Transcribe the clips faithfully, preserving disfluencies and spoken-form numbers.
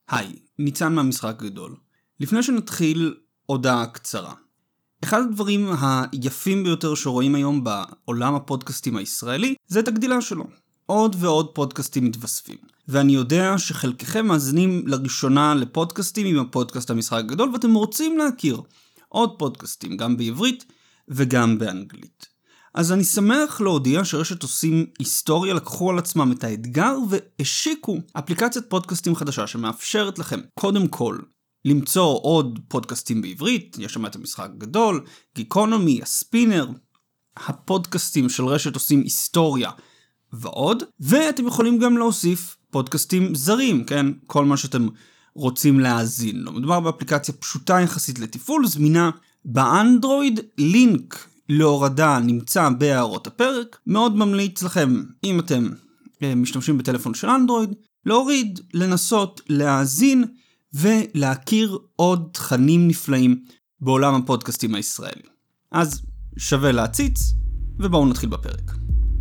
היי, ניצן מהמשחק הגדול. לפני שנתחיל, הודעה קצרה. אחד הדברים היפים ביותר שרואים היום בעולם הפודקאסטים הישראלי, זה את הגדילה שלו. עוד ועוד פודקאסטים מתווספים. ואני יודע שחלקכם מאזינים לראשונה לפודקאסטים עם הפודקאסט המשחק הגדול, ואתם רוצים להכיר עוד פודקאסטים, גם בעברית וגם באנגלית. אז אני שמח להודיע שרשת עושים היסטוריה, לקחו על עצמם את האתגר והשיקו אפליקציית פודקאסטים חדשה שמאפשרת לכם קודם כל למצוא עוד פודקאסטים בעברית, יש שם את המשחק הגדול, גיקונומי, הספינר, הפודקאסטים של רשת עושים היסטוריה ועוד, ואתם יכולים גם להוסיף פודקאסטים זרים, כן? כל מה שאתם רוצים להאזין לו. מדובר באפליקציה פשוטה יחסית לתפעול, זמינה באנדרואיד, לינק להורדה נמצא בהערות הפרק. מאוד ממליץ לכם, אם אתם משתמשים בטלפון של אנדרואיד, להוריד, לנסות, להאזין ולהכיר עוד תכנים נפלאים בעולם הפודקאסטים הישראלי. אז שווה להציץ, ובואו נתחיל בפרק.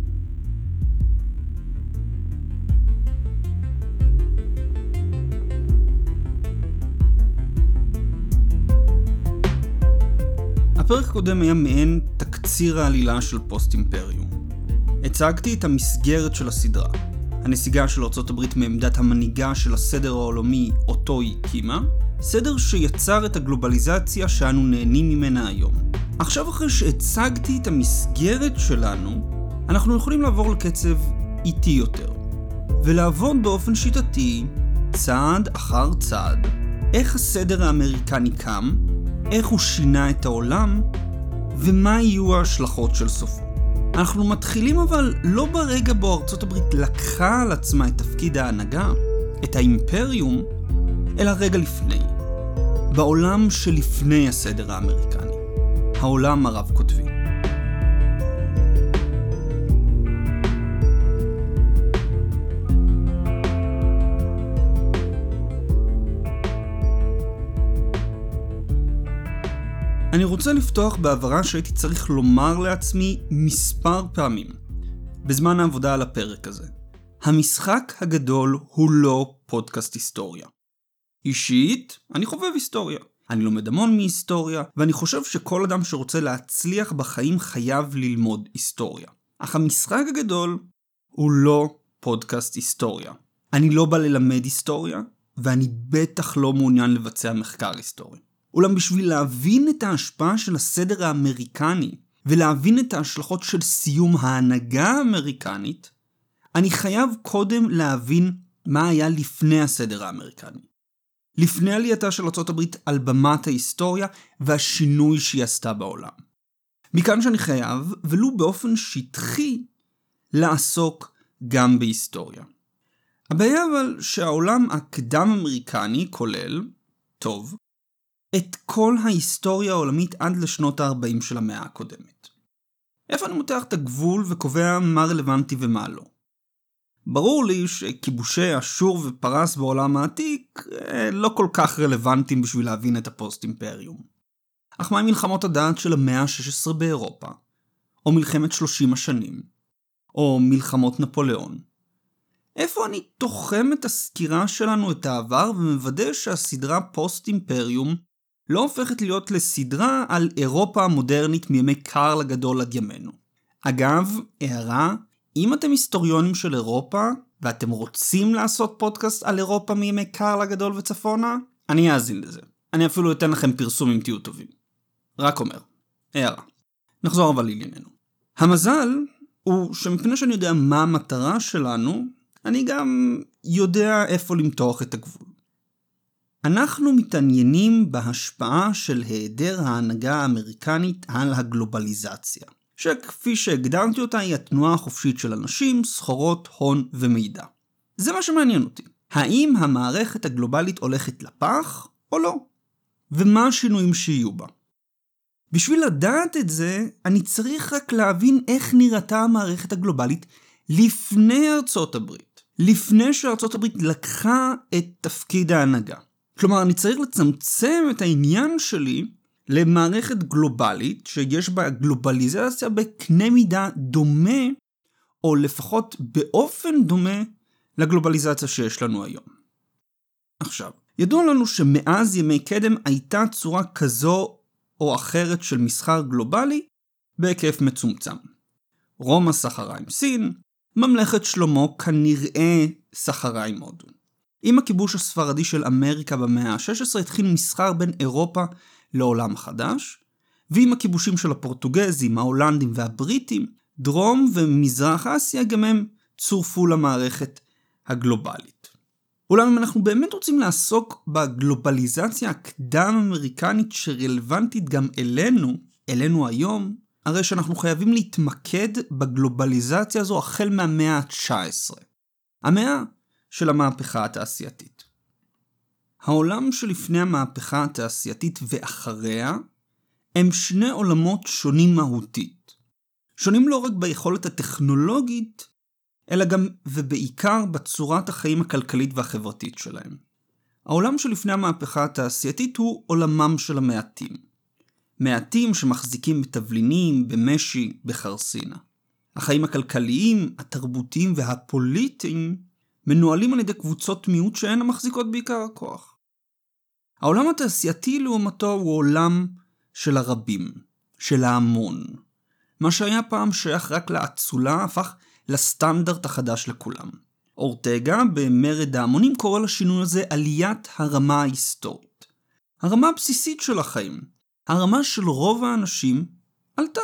הפרק הקודם היה מעין תקציר העלילה של פוסט אימפריום. הצגתי את המסגרת של הסדרה, הנסיגה של ארצות הברית מעמדת המנהיגה של הסדר העולמי אותו היא הקימה, סדר שיצר את הגלובליזציה שאנו נהנים ממנה היום. עכשיו אחרי שהצגתי את המסגרת שלנו, אנחנו יכולים לעבור לקצב איטי יותר, ולעבוד באופן שיטתי, צעד אחר צעד, איך הסדר האמריקני קם, איך הוא שינה את העולם, ומה יהיו ההשלכות של סופו. אנחנו מתחילים אבל לא ברגע בו ארצות הברית לקחה על עצמה את תפקיד ההנהגה, את האימפריום, אלא רגע לפני. בעולם שלפני הסדר האמריקני. העולם הרב כותבי. אני רוצה לפתוח בעברה שהייתי צריך לומר לעצמי מספר פעמים בזמן העבודה על הפרק הזה. המשחק הגדול הוא לא פודקאסט היסטוריה. אישית, אני חובב היסטוריה. אני לומד המון מהיסטוריה, ואני חושב שכל אדם שרוצה להצליח בחיים חייב ללמוד היסטוריה. אך המשחק הגדול הוא לא פודקאסט היסטוריה. אני לא בא ללמד היסטוריה, ואני בטח לא מעוניין לבצע מחקר היסטורי. אולם בשביל להבין את ההשפעה של הסדר האמריקני, ולהבין את ההשלכות של סיום ההנהגה האמריקנית, אני חייב קודם להבין מה היה לפני הסדר האמריקני. לפני עלייתה של ארצות הברית על במת ההיסטוריה, והשינוי שהיא עשתה בעולם. מכאן שאני חייב, ולו באופן שטחי, לעסוק גם בהיסטוריה. הבעיה אבל שהעולם הקדם אמריקני כולל, טוב, את כל ההיסטוריה העולמית עד לשנות ה-ארבעים של המאה הקודמת. איפה אני מותח את הגבול וקובע מה רלוונטי ומה לא? ברור לי שכיבושי אשור ופרס בעולם העתיק לא כל כך רלוונטיים בשביל להבין את הפוסט אימפריום. אך מה עם מלחמות הדעת של המאה ה-שש עשרה באירופה? או מלחמת שלושים השנים? או מלחמות נפוליאון? איפה אני תוחם את הסקירה שלנו את העבר ומוודא שהסדרה פוסט אימפריום לא הופכת להיות לסדרה על אירופה המודרנית מימי קארל הגדול עד ימינו. אגב, הערה, אם אתם היסטוריונים של אירופה, ואתם רוצים לעשות פודקאסט על אירופה מימי קארל הגדול וצפונה, אני אאזין לזה. אני אפילו אתן לכם פרסום אם תהיו טובים. רק אומר, הערה. נחזור אבל לענייננו. המזל הוא שמפני שאני יודע מה המטרה שלנו, אני גם יודע איפה למתוח את הגבול. אנחנו מתעניינים בהשפעה של היעדר ההנהגה האמריקנית על הגלובליזציה, שכפי שהגדרתי אותה היא התנועה החופשית של אנשים, סחורות, הון ומידע. זה מה שמעניין אותי. האם המערכת הגלובלית הולכת לפח או לא? ומה השינויים שיהיו בה? בשביל לדעת את זה, אני צריך רק להבין איך נראתה המערכת הגלובלית לפני ארצות הברית. לפני שארצות הברית לקחה את תפקיד ההנהגה. כלומר, אני צריך לצמצם את העניין שלי למערכת גלובלית, שיש בה גלובליזציה בקנה מידה דומה, או לפחות באופן דומה לגלובליזציה שיש לנו היום. עכשיו, ידוע לנו שמאז ימי קדם הייתה צורה כזו או אחרת של מסחר גלובלי בהיקף מצומצם. רומא סחרה עם סין, ממלכת שלמה כנראה סחרה עם הודו. עם הכיבוש הספרדי של אמריקה במאה ה-שש עשרה התחיל מסחר בין אירופה לעולם חדש, ועם הכיבושים של הפורטוגזים, ההולנדים והבריטים, דרום ומזרח אסיה גם הם צורפו למערכת הגלובלית. אולם אם אנחנו באמת רוצים לעסוק בגלובליזציה הקדם-אמריקנית שרלוונטית גם אלינו, אלינו היום, הרי שאנחנו חייבים להתמקד בגלובליזציה הזו החל מהמאה ה-תשע עשרה. המאה של המהפכה התעשייתית. העולם שלפני המהפכה התעשייתית ואחריה הם שני עולמות שונים מהותית. שונים לא רק ביכולת הטכנולוגית, אלא גם ובעיקר בצורת החיים הכלכלית והחברתית שלהם. העולם שלפני המהפכה התעשייתית הוא עולמם של המעטים. מעטים שמחזיקים בתבלינים, במשי, בחרסינה. החיים הכלכליים, התרבותיים והפוליטיים מנוהלים על ידי קבוצות מיעוט שהן המחזיקות בעיקר הכוח. העולם התעשייתי לעומתו הוא עולם של הרבים, של ההמון. מה שהיה פעם שייך רק לאצולה הפך לסטנדרט החדש לכולם. אורטגה במרד ההמונים קורא לשינוי הזה עליית הרמה ההיסטורית. הרמה הבסיסית של החיים, הרמה של רוב האנשים, עלתה.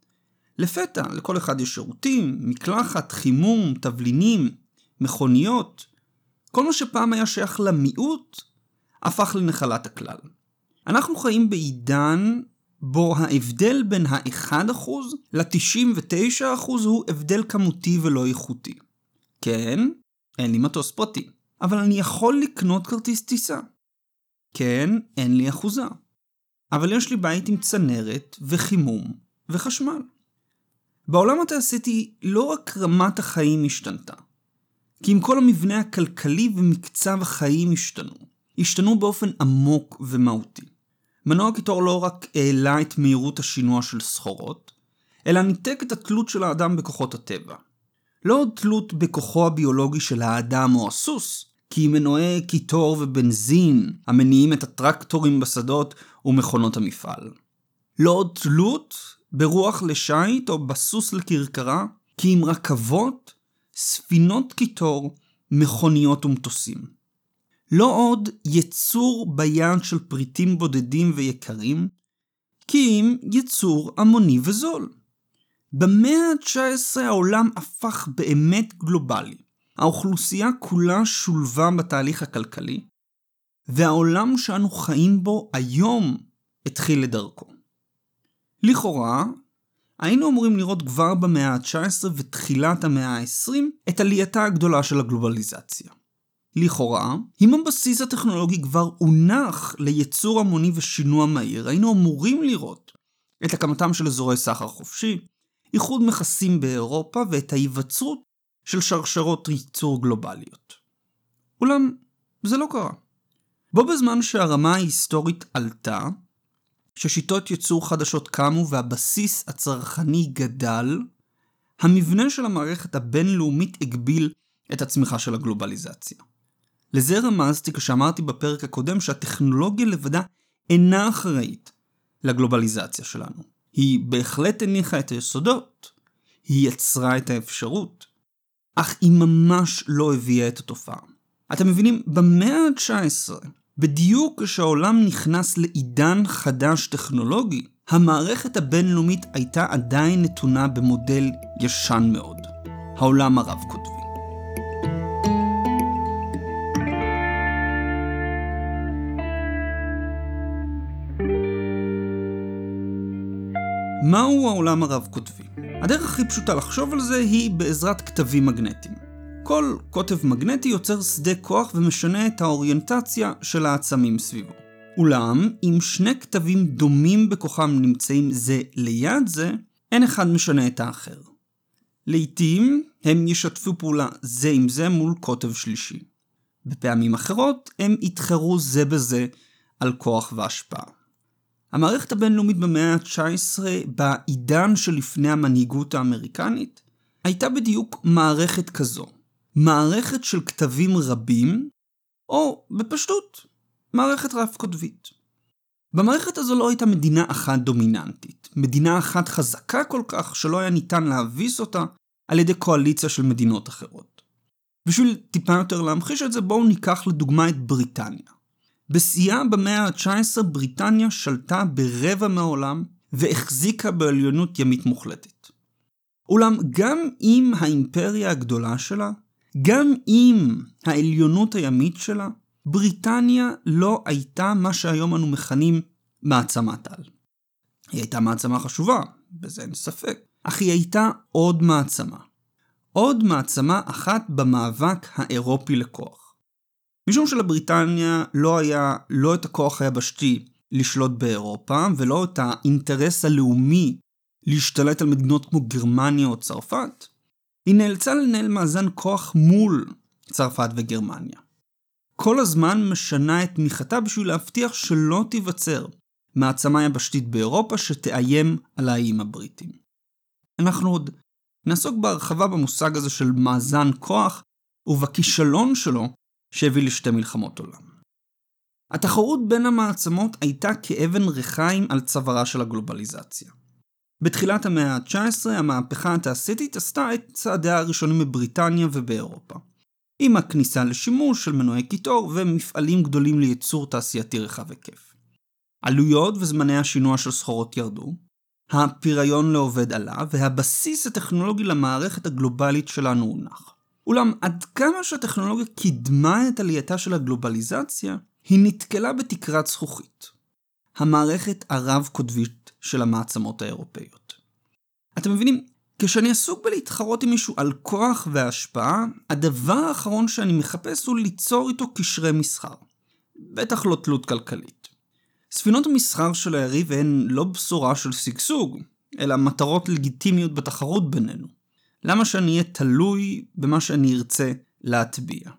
לפתע, לכל אחד יש שירותים, מקלחת, חימום, תבלינים, מכוניות. כל מה שפעם היה שייך למיעוט, הפך לנחלת הכלל. אנחנו חיים בעידן בו ההבדל בין ה-אחד אחוז ל-תשעים ותשע אחוז הוא הבדל כמותי ולא איכותי. כן, אין לי מטוס פרטי, אבל אני יכול לקנות כרטיס טיסה. כן, אין לי אחוזה, אבל יש לי בית עם צנרת וחימום וחשמל. בעולם התעשייתי לא רק רמת החיים השתנתה, כי אם כל המבנה הכלכלי ומקצב החיים השתנו, השתנו באופן עמוק ומהותי. מנוע קיטור לא רק העלה את מהירות השינוע של סחורות, אלא ניתק את התלות של האדם בכוחות הטבע. לא עוד תלות בכוחו הביולוגי של האדם או הסוס, כי מנועי קיטור ובנזין המניעים את הטרקטורים בשדות ומכונות המפעל. לא עוד תלות ברוח לשייט או בסוס לקרקרה, כי עם רכבות, ספינות קיטור, מכוניות ומטוסים. לא עוד יצור ביד של פריטים בודדים ויקרים, כי אם יצור המוני וזול. במאה ה-תשע עשרה העולם הפך באמת גלובלי. האוכלוסייה כולה שולבה בתהליך הכלכלי, והעולם שאנו חיים בו היום התחיל לדרכו. לכאורה, היינו אמורים לראות כבר במאה ה-תשע עשרה ותחילת המאה ה-עשרים את עלייתה הגדולה של הגלובליזציה. לכאורה, אם הבסיס הטכנולוגי כבר הונח לייצור המוני ושינוע מהיר, היינו אמורים לראות את הקמתם של אזורי סחר חופשי, איחוד מכסים באירופה ואת ההיווצרות של שרשרות ייצור גלובליות. אולם, זה לא קרה. בו בזמן שהרמה ההיסטורית עלתה, ששיטות ייצור חדשות קמו והבסיס הצרכני גדל, המבנה של המערכת הבינלאומית הגביל את הצמיחה של הגלובליזציה. לזה רמזתי כשאמרתי בפרק הקודם שהטכנולוגיה לבדה אינה אחראית לגלובליזציה שלנו. היא בהחלט הניחה את היסודות, היא יצרה את האפשרות, אך היא ממש לא הביאה את התופעה. אתם מבינים, במאה ה-תשע עשרה, בדיוק כשהעולם נכנס לעידן חדש טכנולוגי, המערכת הבינלאומית הייתה עדיין נתונה במודל ישן מאוד, העולם הרב-קוטבי. מהו העולם הרב-קוטבי? הדרך הכי פשוטה לחשוב על זה היא בעזרת כתבים מגנטיים. כל קוטב מגנטי יוצר שדה כוח ומשנה את האוריינטציה של העצמים סביבו. אולם, אם שני כתבים דומים בכוחם נמצאים זה ליד זה, אין אחד משנה את האחר. לעתים הם ישתפו פעולה זה עם זה מול קוטב שלישי. בפעמים אחרות הם יתחרו זה בזה על כוח והשפעה. המערכת הבינלאומית במאה ה-תשע עשרה, בעידן שלפני המנהיגות האמריקנית, הייתה בדיוק מערכת כזו. מערכת של כתבים רבים, או בפשטות, מערכת רב קוטבית. במערכת הזו לא הייתה מדינה אחת דומיננטית, מדינה אחת חזקה כל כך שלא היה ניתן להביס אותה על ידי קואליציה של מדינות אחרות. בשביל טיפה יותר להמחיש את זה, בואו ניקח לדוגמה את בריטניה. בשיאה במאה ה-תשע עשרה בריטניה שלטה ברבע מהעולם והחזיקה בעליונות ימית מוחלטת. אולם גם עם האימפריה הגדולה שלה, גם עם העליונות הימית שלה, בריטניה לא הייתה מה שהיום אנו מכנים מעצמת על. היא הייתה מעצמה חשובה, בזה אין ספק, אך היא הייתה עוד מעצמה. עוד מעצמה אחת במאבק האירופי לכוח. משום שלבריטניה לא היה לא את הכוח היבשתי לשלוט באירופה, ולא את האינטרס הלאומי להשתלט על מדינות כמו גרמניה או צרפת, היא נאלצה לנהל מאזן כוח מול צרפת וגרמניה. כל הזמן משנה את תמיכתה בשביל להבטיח שלא תיווצר מעצמה יבשתית באירופה שתאיים על האיים הבריטים. אנחנו עוד נעסוק בהרחבה במושג הזה של מאזן כוח ובכישלון שלו שהביא לשתי מלחמות עולם. התחרות בין המעצמות הייתה כאבן רחיים על צווארה של הגלובליזציה. בתחילת המאה ה-תשע עשרה המהפכה התעשייתית עשתה את צעדיה הראשונים בבריטניה ובאירופה, עם הכניסה לשימוש של מנועי קיטור ומפעלים גדולים לייצור תעשייתי רחב היקף. עלויות וזמני השינוע של סחורות ירדו, הפריון לעובד עלה והבסיס הטכנולוגי למערכת הגלובלית שלנו הונח. אולם עד כמה שהטכנולוגיה קידמה את עלייתה של הגלובליזציה, היא נתקלה בתקרת זכוכית. המערכת הרב-קוטבית של המעצמות האירופאיות. אתם מבינים, כשאני עסוק בלהתחרות עם מישהו על כוח והשפעה, הדבר האחרון שאני מחפש הוא ליצור איתו קשרי מסחר. בטח לא תלות כלכלית. ספינות המסחר של היריב הן לא בשורה של סגסוג, אלא מטרות לגיטימיות בתחרות בינינו. למה שאני אהיה תלוי במה שאני ארצה להטביע?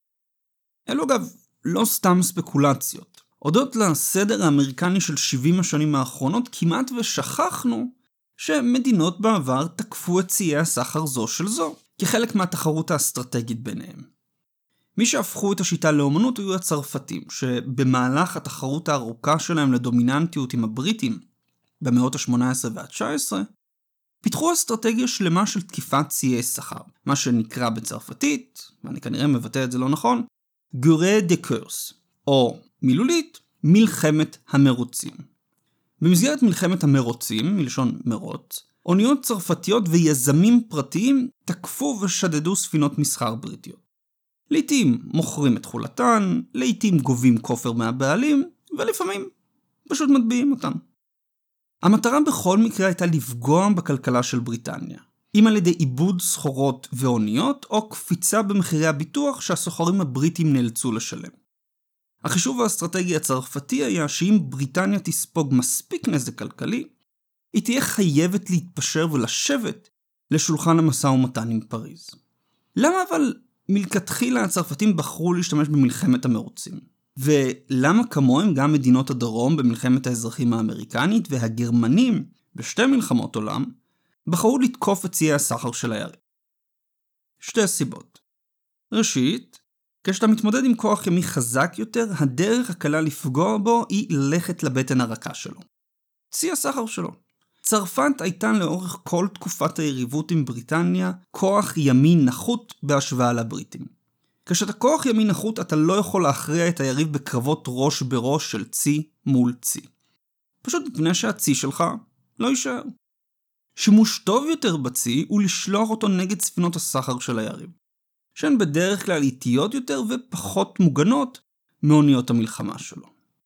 אלו אגב לא סתם ספקולציות. הודות לסדר האמריקני של שבעים השנים האחרונות, כמעט ושכחנו שמדינות בעבר תקפו את ציי הסחר זו של זו, כחלק מהתחרות האסטרטגית ביניהם. מי שהפכו את השיטה לאומנות היו הצרפתים, שבמהלך התחרות הארוכה שלהם לדומיננטיות עם הבריטים, במאות ה-שמונה עשרה וה-תשע עשרה, פיתחו אסטרטגיה שלמה של תקיפת ציי סחר, מה שנקרא בצרפתית, ואני כנראה מבטא את זה לא נכון, גורה דה קורס, או מילולית, מלחמת המרוצים. במסגרת מלחמת המרוצים, מלשון מרוץ, אוניות צרפתיות ויזמים פרטיים תקפו ושדדו ספינות מסחר בריטיות. לעתים מוכרים את תכולתן, לעתים גובים כופר מהבעלים, ולפעמים פשוט מטביעים אותם. המטרה בכל מקרה הייתה לפגוע בכלכלה של בריטניה, אם על ידי עיבוד סחורות ואוניות, או קפיצה במחירי הביטוח שהסוחרים הבריטים נאלצו לשלם. החישוב האסטרטגי הצרפתי היה שאם בריטניה תספוג מספיק נזק כלכלי, היא תהיה חייבת להתפשר ולשבת לשולחן המשא ומתן עם פריז. למה אבל מלכתחילה הצרפתים בחרו להשתמש במלחמת המרוצים? ולמה כמוהם גם מדינות הדרום במלחמת האזרחים האמריקנית והגרמנים בשתי מלחמות עולם בחרו לתקוף את ציי הסחר של היריב? שתי סיבות. ראשית, כשאתה מתמודד עם כוח ימי חזק יותר, הדרך הקלה לפגוע בו היא ללכת לבטן הרכה שלו. ציי הסחר שלו. צרפת הייתה לאורך כל תקופת היריבות עם בריטניה כוח ימי נחות בהשוואה לבריטים. כשאתה כוח ימי נחות אתה לא יכול להכריע את היריב בקרבות ראש בראש של צי מול צי. פשוט מפני שהצי שלך לא יישאר. שימוש טוב יותר בצי הוא לשלוח אותו נגד ספינות הסחר של היריב, שהן בדרך כלל איטיות יותר ופחות מוגנות מאוניות המלחמה שלו.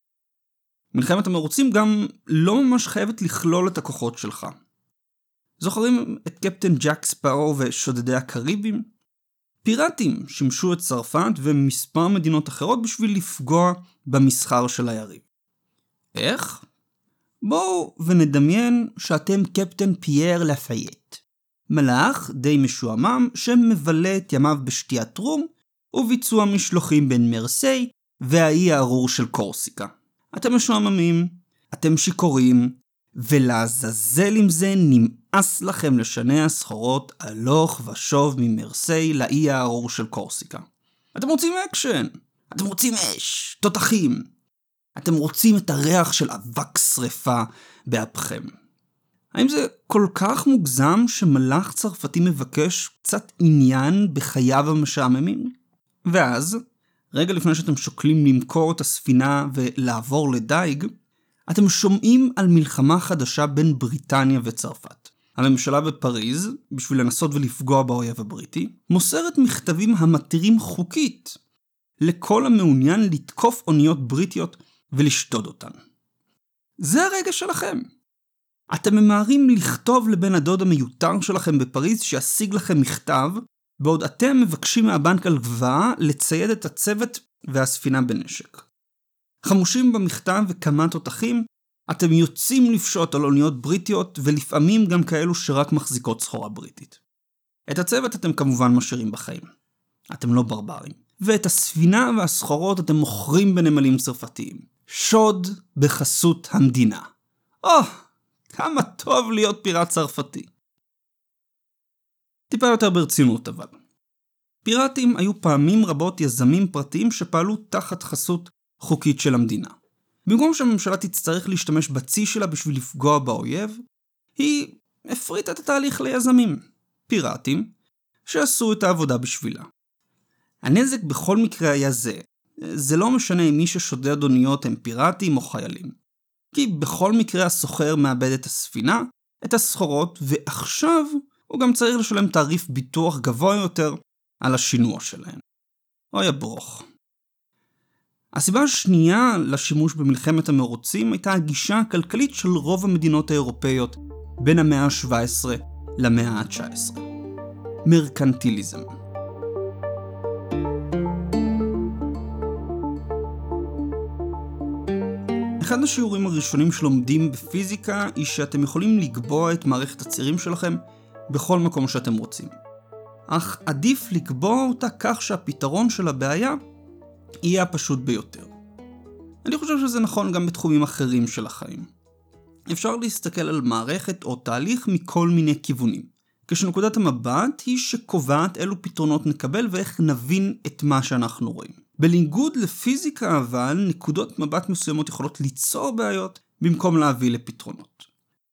מלחמת המרוצים גם לא ממש חייבת לכלול את הכוחות שלך. זוכרים את קפטן ג'ק ספארו ושודדי הקריבים? פיראטים שימשו את צרפת ומספר מדינות אחרות בשביל לפגוע במסחר של היריב. איך? בואו ונדמיין שאתם קפטן פייר לפייט, מלאך די משועמם שמבלה את ימיו בשתיית רום וביצוע משלוחים בין מרסיי והאי הארור של קורסיקה. אתם משועממים, אתם שיכורים, ולעזאזל עם זה נמאס לכם לשנע סחורות הלוך ושוב ממרסיי לאי הארור של קורסיקה. אתם רוצים אקשן, אתם רוצים אש, תותחים. אתם רוצים את הריח של אבק שריפה באפכם. האם זה כל כך מוגזם שמלאך צרפתי מבקש קצת עניין בחייו המשעממים? ואז, רגע לפני שאתם שוקלים למכור את הספינה ולעבור לדייג, אתם שומעים על מלחמה חדשה בין בריטניה וצרפת. הממשלה בפריז, בשביל לנסות ולפגוע באויב הבריטי, מוסרת מכתבים המתירים חוקית לכל המעוניין לתקוף אוניות בריטיות ולשדוד אותן. זה הרגע שלכם. אתם ממהרים לכתוב לבן הדוד המיותר שלכם בפריז שישיג לכם מכתב, בעוד אתם מבקשים מהבנק הלוואה לצייד את הצוות והספינה בנשק. חמושים במכתב וכמה תותחים, אתם יוצאים לפשוט על אוניות בריטיות ולפעמים גם כאלו שרק מחזיקות סחורה בריטית. את הצוות אתם כמובן משאירים בחיים. אתם לא ברברים. ואת הספינה והסחורות אתם מוכרים בנמלים צרפתיים. שוד בחסות המדינה. או, כמה טוב להיות פיראט צרפתי. טיפה יותר ברצינות אבל. פיראטים היו פעמים רבות יזמים פרטיים שפעלו תחת חסות חוקית של המדינה. במקום שהממשלה תצטרך להשתמש בצי שלה בשביל לפגוע באויב, היא הפריטה את התהליך ליזמים, פיראטים, שעשו את העבודה בשבילה. הנזק בכל מקרה היה זה, זה לא משנה אם מי ששודד אוניות הם פיראטים או חיילים. כי בכל מקרה הסוחר מאבד את הספינה, את הסחורות, ועכשיו הוא גם צריך לשלם תעריף ביטוח גבוה יותר על השינוע שלהן. אוי הברוך. הסיבה השנייה לשימוש במלחמת המרוצים הייתה הגישה הכלכלית של רוב המדינות האירופאיות בין המאה ה-שבע עשרה למאה ה-תשע עשרה. מרקנטיליזם. אחד השיעורים הראשונים שלומדים בפיזיקה היא שאתם יכולים לקבוע את מערכת הצירים שלכם בכל מקום שאתם רוצים. אך עדיף לקבוע אותה כך שהפתרון של הבעיה יהיה הפשוט ביותר. אני חושב שזה נכון גם בתחומים אחרים של החיים. אפשר להסתכל על מערכת או תהליך מכל מיני כיוונים, כשנקודת המבט היא שקובעת אילו פתרונות נקבל ואיך נבין את מה שאנחנו רואים. בניגוד לפיזיקה אבל, נקודות מבט מסוימות יכולות ליצור בעיות במקום להביא לפתרונות.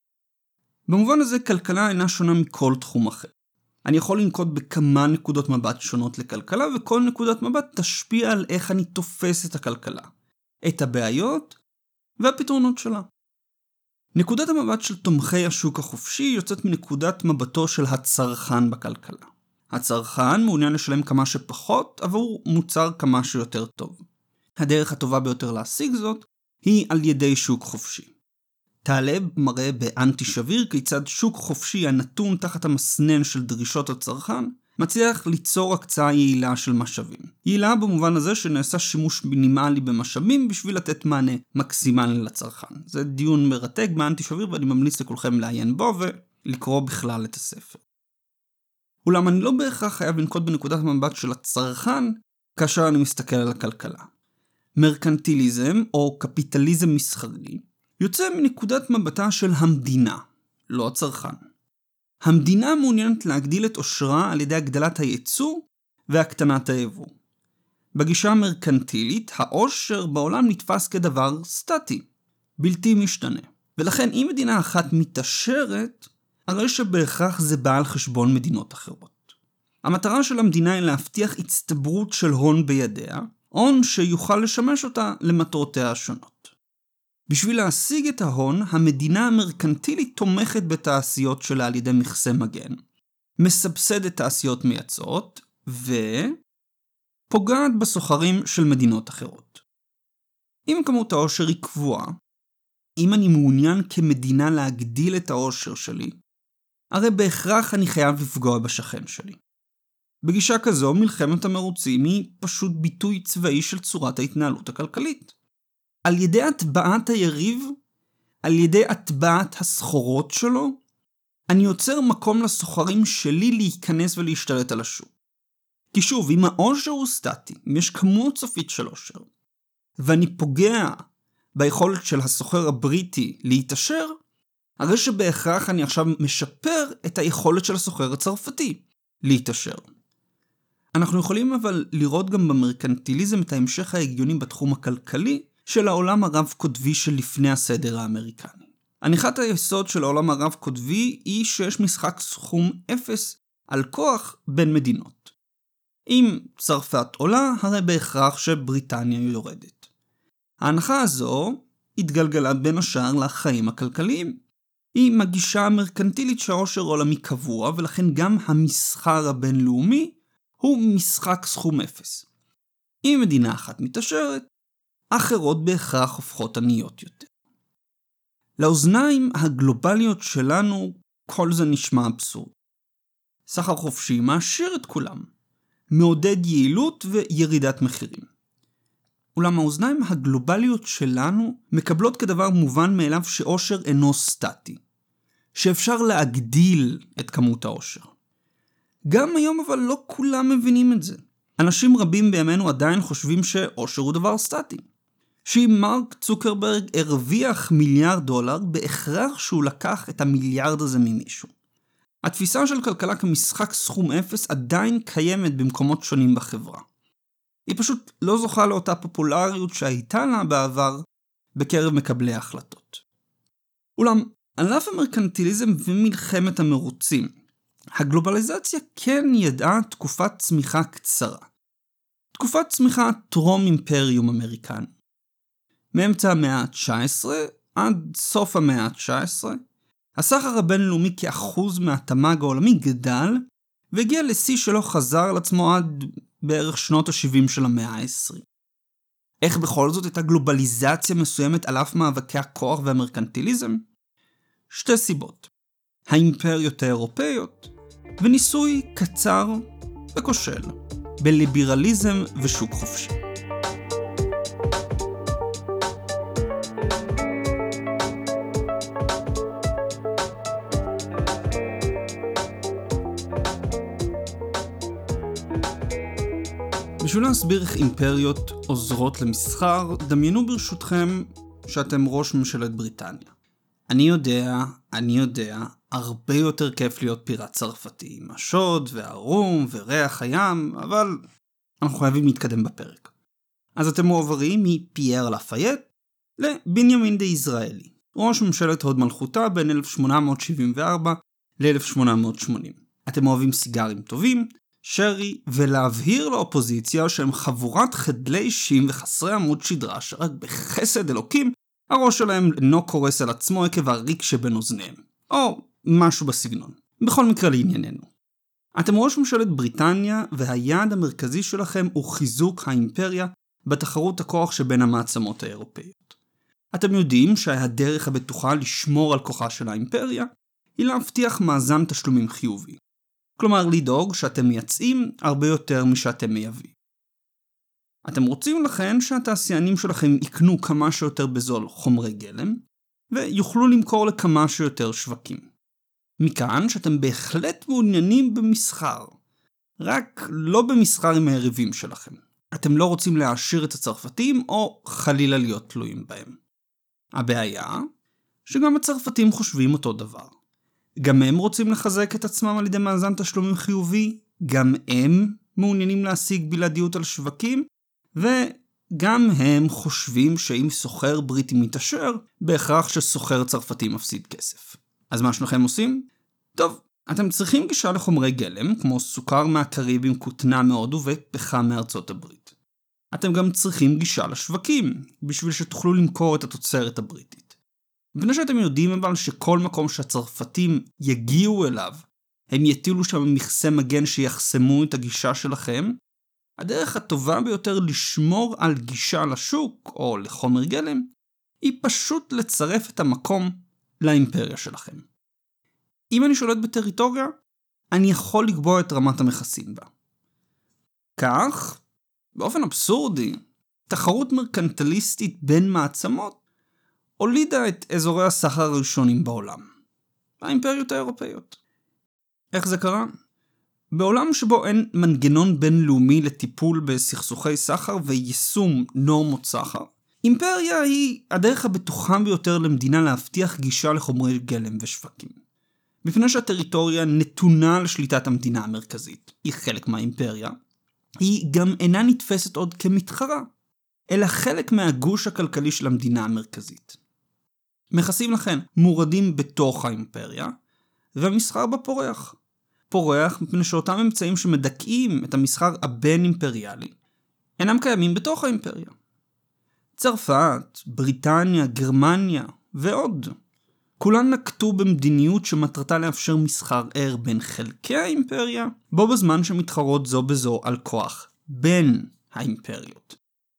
במובן הזה כלכלה אינה שונה מכל תחום אחר. אני יכול לנקוט בכמה נקודות מבט שונות לכלכלה, וכל נקודת מבט תשפיע על איך אני תופס את הכלכלה, את הבעיות והפתרונות שלה. נקודת המבט של תומכי השוק החופשי יוצאת מנקודת מבטו של הצרכן בכלכלה. הצרכן מעוניין לשלם כמה שפחות עבור מוצר כמה שיותר טוב. הדרך הטובה ביותר להשיג זאת היא על ידי שוק חופשי. טלב מראה באנטי שביר כיצד שוק חופשי הנתון תחת המסנן של דרישות הצרכן מצליח ליצור הקצאה יעילה של משאבים. יעילה במובן הזה שנעשה שימוש מינימלי במשאבים בשביל לתת מענה מקסימלי לצרכן. זה דיון מרתק באנטי שביר ואני ממליץ לכולכם לעיין בו ולקרוא בכלל את הספר. אולם אני לא בהכרח חייב לנקוט בנקודת המבט של הצרכן כאשר אני מסתכל על הכלכלה. מרקנטיליזם או קפיטליזם מסחרי יוצא מנקודת מבטה של המדינה, לא הצרכן. המדינה מעוניינת להגדיל את עושרה על ידי הגדלת הייצוא והקטנת היבוא. בגישה המרקנטילית, העושר בעולם נתפס כדבר סטטי, בלתי משתנה. ולכן אם מדינה אחת מתעשרת, הרי שבהכרח זה בא על חשבון מדינות אחרות. המטרה של המדינה היא להבטיח הצטברות של הון בידיה, הון שיוכל לשמש אותה למטרותיה השונות. בשביל להשיג את ההון, המדינה המרקנטילית תומכת בתעשיות שלה על ידי מכסה מגן, מסבסדת תעשיות מייצאות, ופוגעת בסוחרים של מדינות אחרות. אם כמות העושר היא קבועה, אם אני מעוניין כמדינה להגדיל את העושר שלי, הרי בהכרח אני חייב לפגוע בשכן שלי. בגישה כזו, מלחמת המרוצים היא פשוט ביטוי צבאי של צורת ההתנהלות הכלכלית. על ידי הטבעת היריב, על ידי הטבעת הסחורות שלו, אני יוצר מקום לסוחרים שלי להיכנס ולהשתלט על השוק. כי שוב, אם העושר הוא סטטי, אם יש כמות סופית של עושר, ואני פוגע ביכולת של הסוחר הבריטי להתעשר, הרי שבהכרח אני עכשיו משפר את היכולת של הסוחר הצרפתי להתעשר. אנחנו יכולים אבל לראות גם במרקנטיליזם את ההמשך ההגיוני בתחום הכלכלי של העולם הרב-קוטבי של לפני הסדר האמריקני. הנחת היסוד של העולם הרב-קוטבי היא שיש משחק סכום אפס על כוח בין מדינות. אם צרפת עולה, הרי בהכרח שבריטניה יורדת. ההנחה הזו התגלגלה בין השאר לחיים הכלכליים. היא מגישה מרקנטילית שהעושר עולמי קבוע, ולכן גם המסחר הבינלאומי הוא משחק סכום אפס. אם מדינה אחת מתעשרת, אחרות בהכרח הופכות עניות יותר. לאוזניים הגלובליות שלנו כל זה נשמע אבסורד. סחר חופשי מעשיר את כולם, מעודד יעילות וירידת מחירים. אולם האוזניים הגלובליות שלנו מקבלות כדבר מובן מאליו שעושר אינו סטטי, שאפשר להגדיל את כמות העושר. גם היום אבל לא כולם מבינים את זה. אנשים רבים בימינו עדיין חושבים שעושר הוא דבר סטטי. שאם מרק צוקרברג הרוויח מיליארד דולר, בהכרח שהוא לקח את המיליארד הזה ממישהו. התפיסה של כלכלה כמשחק סכום אפס עדיין קיימת במקומות שונים בחברה. היא פשוט לא זוכה לאותה פופולריות שהייתה לה בעבר בקרב מקבלי ההחלטות. אולם, על אף המרקנטיליזם ומלחמת המרוצים, הגלובליזציה כן ידעה תקופת צמיחה קצרה. תקופת צמיחה טרום אימפריום אמריקני. מאמצע המאה ה-תשע עשרה עד סוף המאה ה-תשע עשרה, הסחר הבינלאומי כאחוז מהתמ"ג העולמי גדל, והגיע לשיא שלא חזר על עצמו עד בערך שנות ה-שבעים של המאה ה-עשרים. איך בכל זאת הייתה גלובליזציה מסוימת על אף מאבקי הכוח והמרקנטיליזם? שתי סיבות. האימפריות האירופאיות, וניסוי קצר וכושל, בליברליזם ושוק חופשי. בשביל להסביר איך אימפריות עוזרות למסחר, דמיינו ברשותכם שאתם ראש ממשלת בריטניה. אני יודע, אני יודע, הרבה יותר כיף להיות פיראט צרפתי, עם השוד והרום וריח הים, אבל אנחנו חייבים להתקדם בפרק. אז אתם מועברים מפייר לפייט לבנימין דיזרעאלי, ראש ממשלת הוד מלכותה בין אלף שמונה מאות שבעים וארבע ל-אלף שמונה מאות שמונים. אתם אוהבים סיגרים טובים, שרי, ולהבהיר לאופוזיציה שהם חבורת חדלי שים וחסרי עמוד שדרה שרק בחסד אלוקים הראש שלהם אינו קורס על עצמו עקב הריק שבין אוזניהם, או משהו בסגנון. בכל מקרה לענייננו. אתם ראש ממשלת בריטניה, והיעד המרכזי שלכם הוא חיזוק האימפריה בתחרות הכוח שבין המעצמות האירופאיות. אתם יודעים שהדרך הבטוחה לשמור על כוחה של האימפריה היא להבטיח מאזן תשלומים חיובי. כלומר, לדאוג שאתם מייצאים הרבה יותר משאתם מייבאים. אתם רוצים לכן שהתעשיינים שלכם יקנו כמה שיותר בזול חומרי גלם, ויוכלו למכור לכמה שיותר שווקים. מכאן שאתם בהחלט מעוניינים במסחר, רק לא במסחר עם היריבים שלכם. אתם לא רוצים להעשיר את הצרפתים או חלילה להיות תלויים בהם. הבעיה, שגם הצרפתים חושבים אותו דבר. גם הם רוצים לחזק את עצמם על ידי מאזן תשלומים חיובי, גם הם מעוניינים להשיג בלעדיות על שווקים, וגם הם חושבים שאם סוחר בריטי מתעשר, בהכרח שסוחר צרפתי מפסיד כסף. אז מה שלכם עושים? טוב, אתם צריכים גישה לחומרי גלם, כמו סוכר מהקריבים, כותנה מהודו ופחם מארצות הברית. אתם גם צריכים גישה לשווקים, בשביל שתוכלו למכור את התוצרת הבריטית. לפני שאתם יודעים אבל שכל מקום שהצרפתים יגיעו אליו, הם יטילו שם מכסה מגן שיחסמו את הגישה שלכם, הדרך הטובה ביותר לשמור על גישה לשוק או לחומר גלם, היא פשוט לצרף את המקום לאימפריה שלכם. אם אני שולט בטריטוריה, אני יכול לקבוע את רמת המכסים בה. כך, באופן אבסורדי, תחרות מרקנטליסטית בין מעצמות, הולידה את אזורי הסחר הראשונים בעולם, האימפריות האירופאיות. איך זה קרה? בעולם שבו אין מנגנון בינלאומי לטיפול בסכסוכי סחר ויישום נורמות סחר, אימפריה היא הדרך הבטוחה ביותר למדינה להבטיח גישה לחומרי גלם ושווקים. מפני שהטריטוריה נתונה לשליטת המדינה המרכזית, היא חלק מהאימפריה, היא גם אינה נתפסת עוד כמתחרה, אלא חלק מהגוש הכלכלי של המדינה המרכזית. מכסים לכן מורדים בתוך האימפריה, והמסחר בה פורח. פורח מפני שאותם אמצעים שמדכאים את המסחר הבין-אימפריאלי, אינם קיימים בתוך האימפריה. צרפת, בריטניה, גרמניה ועוד. כולן נקטו במדיניות שמטרתה לאפשר מסחר ער בין חלקי האימפריה, בו בזמן שמתחרות זו בזו על כוח בין האימפריות.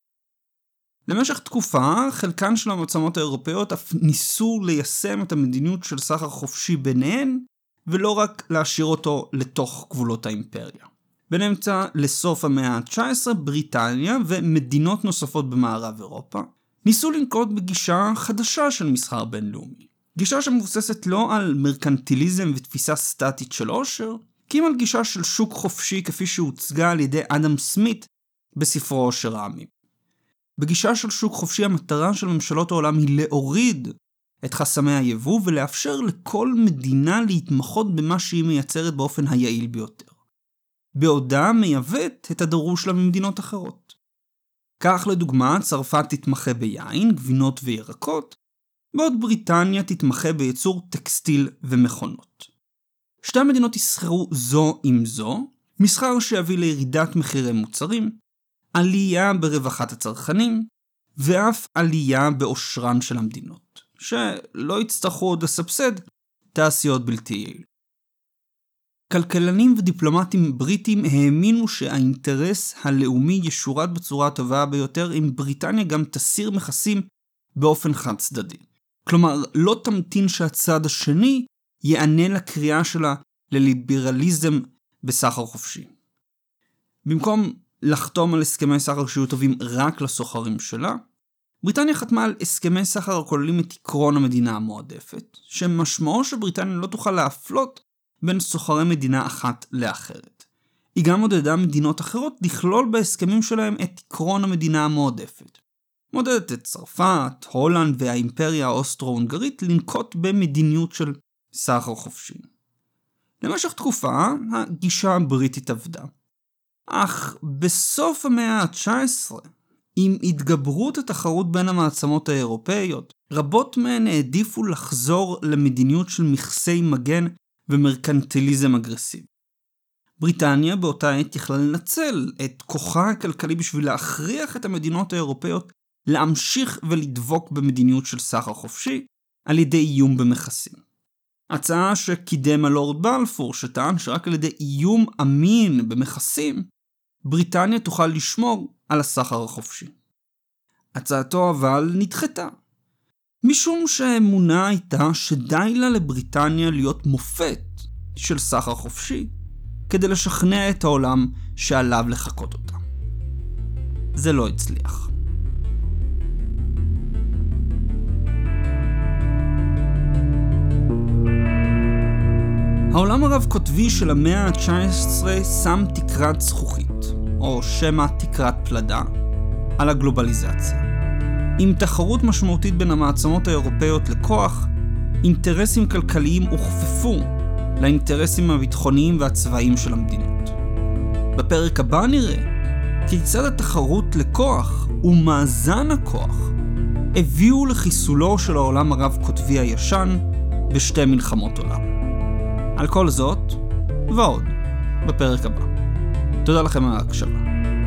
למשך תקופה, חלקן של המעצמות האירופאיות אף ניסו ליישם את המדיניות של סחר חופשי ביניהן, ולא רק להשאיר אותו לתוך גבולות האימפריה. באמצע לסוף המאה ה-תשע עשרה, בריטניה ומדינות נוספות במערב אירופה ניסו לנקוט בגישה חדשה של מסחר בינלאומי. גישה שמבוססת לא על מרקנטיליזם ותפיסה סטטית של עושר, כי אם על גישה של שוק חופשי כפי שהוצגה על ידי אדם סמית בספרו עושר העמים. בגישה של שוק חופשי המטרה של ממשלות העולם היא להוריד את חסמי היבוא ולאפשר לכל מדינה להתמחות במה שהיא מייצרת באופן היעיל ביותר. בעודה מייבאת את הדרוש לה ממדינות אחרות. כך לדוגמה, צרפת תתמחה ביין, גבינות וירקות, בעוד בריטניה תתמחה בייצור טקסטיל ומכונות. שתי המדינות יסחרו זו עם זו, מסחר שיביא לירידת מחירי מוצרים, עלייה ברווחת הצרכנים, ואף עלייה באושרן של המדינות, שלא יצטרכו עוד לסבסד תעשיות בלתי יעיל. כלכלנים ודיפלומטים בריטים האמינו שהאינטרס הלאומי ישורת בצורה הטובה ביותר אם בריטניה גם תסיר מכסים באופן חד צדדי. כלומר, לא תמתין שהצד השני יענה לקריאה שלה לליברליזם בסחר חופשי. במקום לחתום על הסכמי סחר שיהיו טובים רק לסוחרים שלה, בריטניה חתמה על הסכמי סחר הכוללים את עקרון המדינה המועדפת, שמשמעו שבריטניה לא תוכל להפלות בין סוחרי מדינה אחת לאחרת. היא גם מודדה מדינות אחרות לכלול בהסכמים שלהם את עקרון המדינה המועדפת. מודדת את צרפת, הולנד והאימפריה האוסטרו-הונגרית לנקוט במדיניות של סחר חופשי. למשך תקופה, הגישה הבריטית עבדה. אך בסוף המאה ה-תשע עשרה, עם התגברות התחרות בין המעצמות האירופאיות, רבות מהן העדיפו לחזור למדיניות של מכסי מגן ומרקנטיליזם אגרסיבי. בריטניה באותה עת יכלה לנצל את כוחה הכלכלי בשביל להכריח את המדינות האירופאיות להמשיך ולדבוק במדיניות של סחר חופשי על ידי איום במכסים. הצעה שקידם הלורד בלפור שטען שרק על ידי איום אמין במכסים, בריטניה תוכל לשמור על הסחר החופשי. הצעתו אבל נדחתה. משום שהאמונה הייתה שדי לה לבריטניה להיות מופת של סחר חופשי, כדי לשכנע את העולם שעליו לחכות אותה. זה לא הצליח. העולם הרב כותבי של המאה ה-תשע עשרה שם תקרת זכוכית, או שמה תקרת פלדה, על הגלובליזציה. עם תחרות משמעותית בין המעצמות האירופאיות לכוח, אינטרסים כלכליים הוכפפו לאינטרסים הביטחוניים והצבאיים של המדינות. בפרק הבא נראה כיצד התחרות לכוח ומאזן הכוח הביאו לחיסולו של העולם הרב כותבי הישן בשתי מלחמות עולם. על כל זאת ועוד בפרק הבא. תודה לכם על ההקשבה.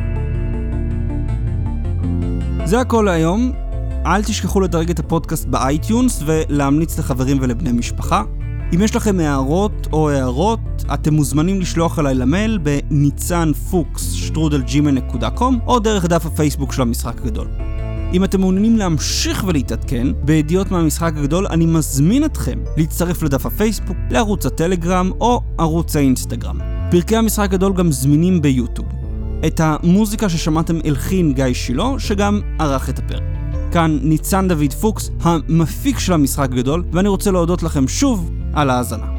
זה הכל להיום. אל תשכחו לדרג את הפודקאסט באייטיונס ולהמליץ לחברים ולבני משפחה. אם יש לכם הערות או הערות, אתם מוזמנים לשלוח אליי למייל בניצן פוקס שטרודל ג'ימייל נקודה קום או דרך דף הפייסבוק של המשחק הגדול. אם אתם מעוניינים להמשיך ולהתעדכן בידיעות מהמשחק הגדול, אני מזמין אתכם להצטרף לדף הפייסבוק, לערוץ הטלגרם או ערוץ האינסטגרם. פרקי המשחק הגדול גם זמינים ביוטיוב. את המוזיקה ששמעתם הלחין גיא שילה, שגם ערך את הפרק. כאן ניצן דוד פוקס, המפיק של המשחק הגדול, ואני רוצה להודות לכם שוב על ההאזנה.